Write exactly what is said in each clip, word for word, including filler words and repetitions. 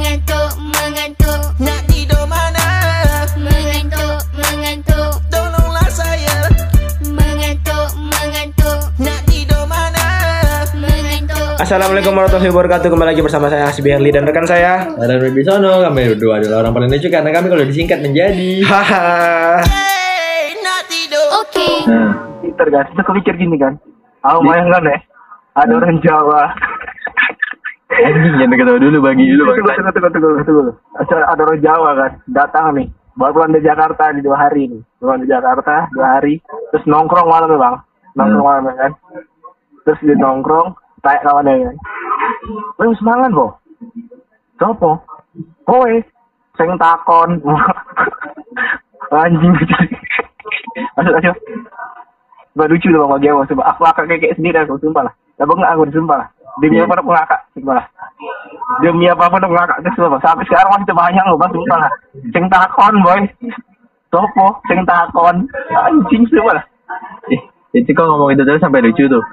mengantuk, mengantuk. Nak tidur mana? Mengantuk, mengantuk. Tolonglah saya. Mengantuk, mengantuk. Nak tidur mana? Mengantuk. Assalamualaikum warahmatullahi wabarakatuh. Kembali lagi bersama saya Hasbi Herli dan rekan saya. Dan Wibisono. Kami berdua adalah orang paling lucu karena kami kalau disingkat menjadi Haha. Hey, nak tidur. Oke. Nah, Pinter guys, kita kepikir gini kan. Aku bayangkan deh, ada orang Jawa. anjing jangan ketawa dulu bagi dulu Tunggu, bang. tunggu, tunggu, tunggu, tunggu. Ada ada orang Jawa kan, datang nih. Baru pulang dari Jakarta di dua hari nih. Pulang dari Jakarta dua hari, terus nongkrong malam ya bang. Nongkrong malam ya kan. Terus dia nongkrong, tanya kawannya kan. Weh, semangat kok. Sopo? Kowe. Sing takon. Anjing. Masuk aja. Gak lucu loh bang, bagi aku. Aku akak kayak sendiri aku, sumpah lah. Tapi enggak aku, sumpah lah. Demi apa aku ngakak, sumpah lah. Demi apa aku ngakak, sumpah. Sampai sekarang masih terbayang loh bang, sumpah lah. Sing takon boy. Sopo, sing takon. Anjing, sumpah lah. Eh, itu kok ngomong itu terus sampai lucu tuh.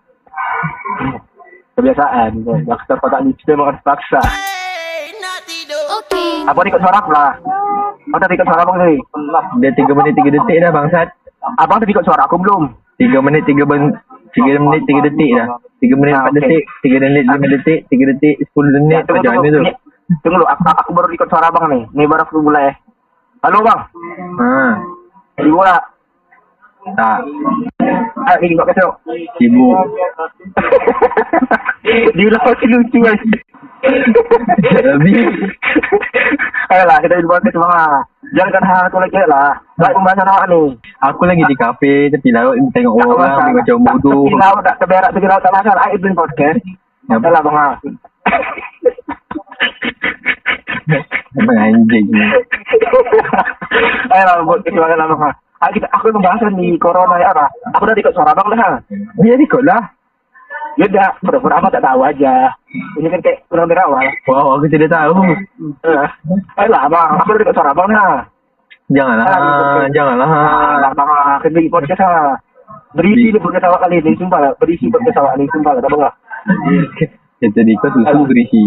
Kebiasaan, boy. Bakter kotak lucu memang harus paksa. Hey, nak tidur. Oke. Apa ikut suara aku lah? Apa tadi ikut suara abang tadi? Udah tiga menit tiga detik dah bangsat. Abang tadi ikut suara aku belum? Tiga menit tiga ben tiga menit tiga detik dah. Tiga menit Ah, empat oke. detik, tiga menit lima detik, tiga detik sepuluh menit Tunggu, macam tunggu, itu. Ini- tunggu dulu, aku, aku baru ikut suara abang nih. Ini baru aku mulai. Halo bang, Ha, di bola. tak Ah, ini kok kesel. sibuk. Diulang masih lucu guys. Lebih. Ayolah, kita di podcast bang. Jangan hal aku lagi lah. Baik pembahasan awak nih. Aku lagi di kafe tepi laut tengok orang ambil macam bodoh. Tepi laut tak keberak, tepi laut tak masalah. Ayo bikin podcast. Ya. Ayolah bang. Emang anjing. Ayolah buat kesilakan lah bang. Ayo kita, aku pembahasan di corona ya apa? Aku udah ikut suara bang dah. Ya ikut lah. Ya udah, pura-pura amat tak tahu aja. Ini kan kayak kurang dari awal. Wow, aku tidak tahu. Eh, ayolah bang, aku udah ikut suara bang dah. Janganlah, janganlah. Ah, bang, akan bikin podcast lah. Berisi di podcast awak kali ini, sumpah lah. Berisi podcast awak ini, sumpah lah. Tak bang. Kita di kos susu berisi.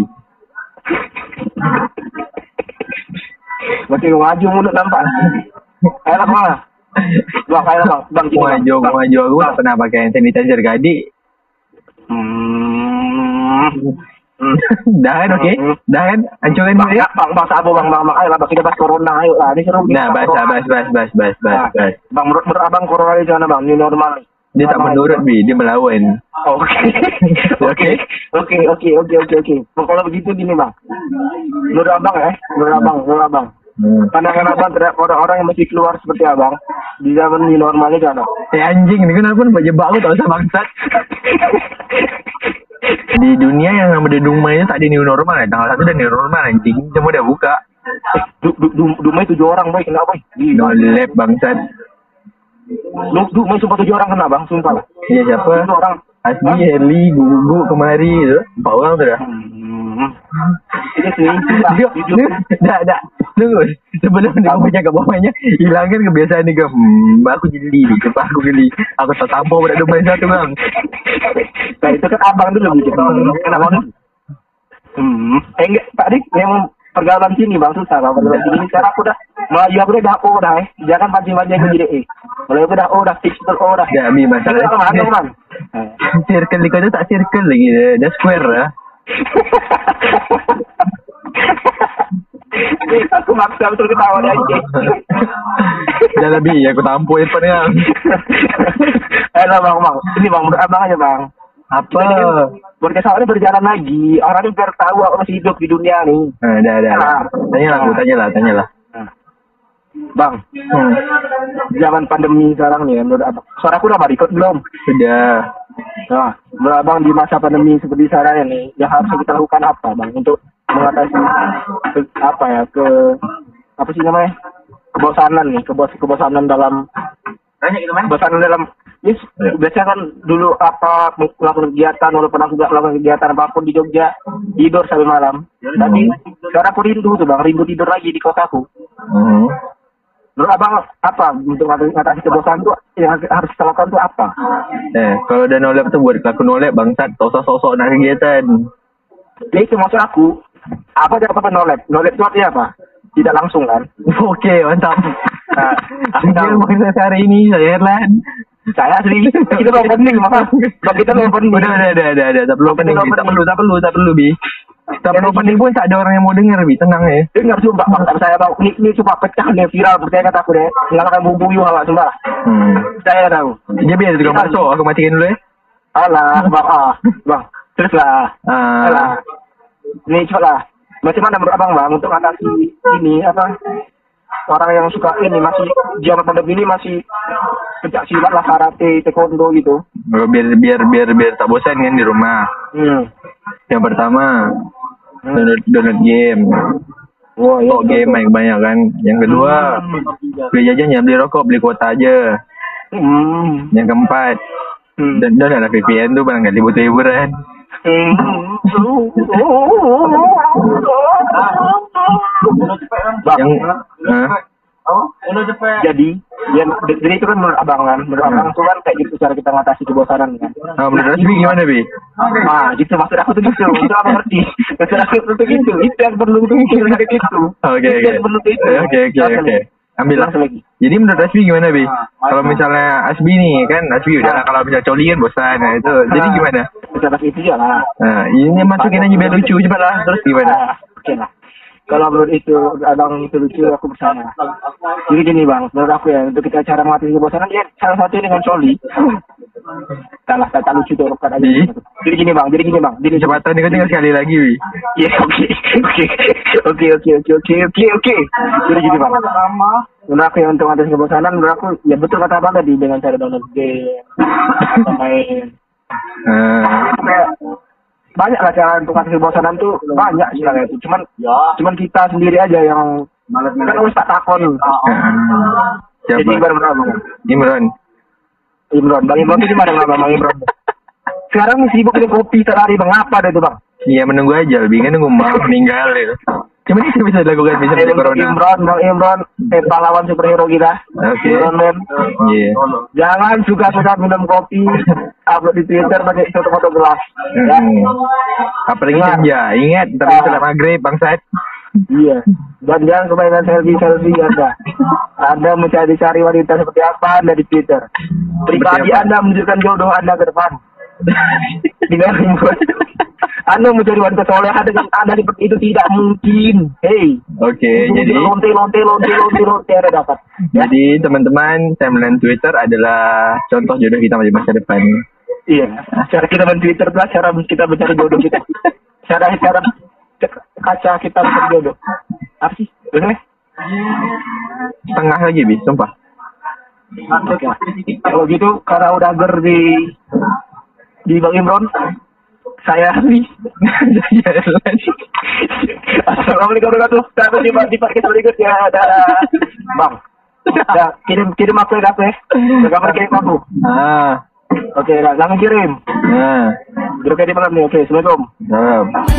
Masih maju mulut nampak. Ayolah bang. Bang, ayolah bang. Bang, sini bang. Maju, Bang. maju. Aku tak pernah pakai hand sanitizer ke adik. Hmm. Hmm. Dah kan, okey? Dah kan? Hancurkan Bang, dulu ya? bang, bang, bang, sabar bang, bang, bang. Ayolah bang, kita bahas corona, ayo lah. Ini seru. Nah, bas, bas, bas, bas, bas, bas, bas. Bang, menurut, menurut abang corona ini gimana bang? Ini normal nih. Dia tak menurut, Bi. Dia melawan. Oke. Oke. Oke, oke, oke, oke, oke. Kalau begitu gini bang. Menurut abang ya, menurut abang, menurut abang. Hmm. Pandangan abang terhadap orang-orang yang masih keluar seperti abang di zaman new normal ini kan? Eh, anjing. Ni kenapa pun buat jebak aku tak usah bangsat. Di dunia yang nama dia Dumai itu tak ada new normal. Tanggal satu dah new normal, anjing. Semua dah buka. Du, du, du, Dumai tujuh orang boy, kena boy. No lab, bangsat. Du, Dumai sumpah tujuh orang kena bang, sumpah lah. Ya, siapa? Tujuh orang. Asmi, Herli, Gugu, Kemari tu. Empat orang tu dah. Hmm. Itu sih, sumpah. Dia, Jujur. dia, dah, dah. Tunggu. Sebelum dia baca kat bawahnya, hilangkan kebiasaan dia ke, hmm, aku jeli ni. Lepas aku geli. Aku tak tampar pada Dumai satu bang. Nah, itu kan abang dulu gitu. Kan abang dulu. Hmm. Eh, enggak, Pak Dik, yang pergaulan sini bang, susah bang. Pergaulan sini sekarang aku dah, Melayu aku dah dah O dah eh. Jangan pancing-pancing aku jadi E. Melayu aku dah O dah, fix betul O dah. Dah, Abi, masalah. Itu bang, bang. Circle kau tu tak circle lagi dah. Dah square lah. Aku maksa betul ketawa dia anjing. Dah lebih, aku tampuk depan dia. Ayolah bang, bang. Ini bang, menurut abang aja bang. Apa? Podcast awak ni berjalan lagi. Orang ni biar tahu aku masih hidup di dunia ni. Ha, dah, dah. dah. Tanyalah aku, tanyalah, tanyalah. Bang, Hmm. zaman pandemi sekarang ni, menurut abang. Suara aku dah record belum? Sudah. Nah, menurut abang di masa pandemi seperti sekarang ni, yang harus kita lakukan apa bang untuk mengatasi ke, apa ya ke apa sih namanya kebosanan nih, kebos kebosanan dalam kebosanan dalam yes, Ya. biasanya kan dulu apa melakukan kegiatan walaupun aku nggak melakukan kegiatan apapun di Jogja tidur sampai malam. Tapi sekarang aku rindu tuh bang, rindu tidur lagi di kotaku. Hmm. Menurut abang apa untuk mengatasi kebosanan tuh yang harus kita lakukan tuh apa? Eh, kalau dah nolep tu buat kelaku nolep bangsat. Tak usah sok-sok nak kegiatan. Ya itu maksud aku. Apa dia apa no lab? No lab itu artinya apa? Tidak langsung kan? Oke, mantap. Nah, aku Sekian tahu. podcast hari ini, saya Erlan. Saya asli. Kita belum opening, maka kita belum opening. Udah, udah, udah, udah, udah. Tak perlu opening, Bi. Tak perlu, tak perlu, tak perlu, Bi. Tak perlu opening pun tak ada orang yang mau denger, Bi. Tenang ya. Dengar sumpah, bang. Saya tahu. Ini, ini cuma pecah nih, viral. Percaya kata aku deh. Mengalahkan bumbu yu awak, sumpah. Hmm. Saya tahu. Dia biar tukang bakso, aku matikan dulu ya. Alah, bang. Ah, bang. Teruslah. Ah. Alah. Ini cepatlah. Macam mana menurut abang, bang, untuk atasi ini, apa, orang yang suka ini, masih, zaman pandemi ini masih pencak silat lah, karate, taekwondo gitu. Oh, biar biar biar biar tak bosan kan di rumah. Hmm. Yang pertama, download, download game. Wah, iya. Oh, game main banyak kan. Yang kedua, beli jajan ya beli rokok, beli kuota aja. Hmm. Yang keempat, Hmm. dan dan ada V P N tuh barangkali butuh hiburan. Hmm. Bang, Yang Hah? jadi, ya, jadi itu kan menurut abang kan, menurut abang itu kan kayak gitu cara kita ngatasi kebosanan kan. Ah, menurut Rasmi gimana, Bi? Ah, gitu maksud aku tuh gitu, itu abang ngerti. Maksud aku tuh gitu, itu yang perlu tuh gitu, gitu. Oke, Itu oke. yang perlu itu. Oke, oke, Langsung oke. lagi. Ambil lah. Langsung lagi. Jadi menurut Asbi gimana, Bi? Kalau misalnya Asbi nih, kan Asbi udah lah, kalau misalnya coli kan bosan, nah itu. Jadi Ah, gimana? Cara itu ya lah. Nah, ini masukin aja biar lucu, cepat lah. Terus gimana? Ah, oke lah. Kalau menurut itu abang itu lucu, aku bersama. Jadi gini bang, menurut aku ya untuk kita cara mengatasi kebosanan ya salah satu dengan coli. Salah kata lucu tuh kan aja. Jadi? Jadi gini bang, jadi gini bang, jadi Kecepatan ini kan tinggal sekali lagi, Bi. Iya oke oke oke oke oke oke oke oke. Jadi gini bang. Menurut aku ya untuk mengatasi kebosanan, menurut aku ya betul kata abang tadi dengan cara download game, atau main. Nah, Kayak banyak lah cara untuk mengatasi kebosanan tuh banyak sebenarnya itu. Cuman cuman kita sendiri aja yang kan harus tak takon. siapa? Jadi gimana menurut abang? Imron. Imron, bang Imron itu gimana menurut abang, bang Imron? Sekarang nih sibuk minum kopi sehari bang, apa deh itu bang? Iya, menunggu aja, Bi. Kan nunggu mau meninggal ya. Cuma itu bisa dilakukan bisa Eh, dari untuk corona. Imron, bang Imron, eh, pahlawan superhero kita. Oke. Imron, men. Iya. Jangan suka-suka minum kopi, upload di Twitter pakai foto-foto gelas. Ya. Hmm. Apalagi Ingat. senja. Ingat, ntar Ah. salat maghrib, bangsat. Iya. Dan jangan kebanyakan selfie-selfie Anda. Anda mencari-cari wanita seperti apa Anda di Twitter. Pribadi Seperti apa? Anda menunjukkan jodoh Anda ke depan. Dengan membuat Anda mencari wanita soleha dengan Anda seperti itu tidak mungkin. Hey. Oke, jadi lonte lonte lonte lonte lonte Anda dapat. Ya. jadi teman-teman, timeline Twitter adalah contoh jodoh kita di masa depan. Iya. Cara kita main Twitter adalah cara kita mencari jodoh kita. Cara cara kaca kita mencari jodoh. Apa sih? Bener? Setengah lagi, Bi, sumpah. Oke. Kalau gitu karena udah ger di di Bang Imron, saya nih. Assalamualaikum warahmatullahi wabarakatuh. Sampai jumpa di podcast berikutnya. Dadah. Bang. Ya, kirim kirim aku ya, aku ya. Gambar kirim aku. Ah, Oke, langsung kirim. nah, Duduk di malam nih. Oke, assalamualaikum. nah.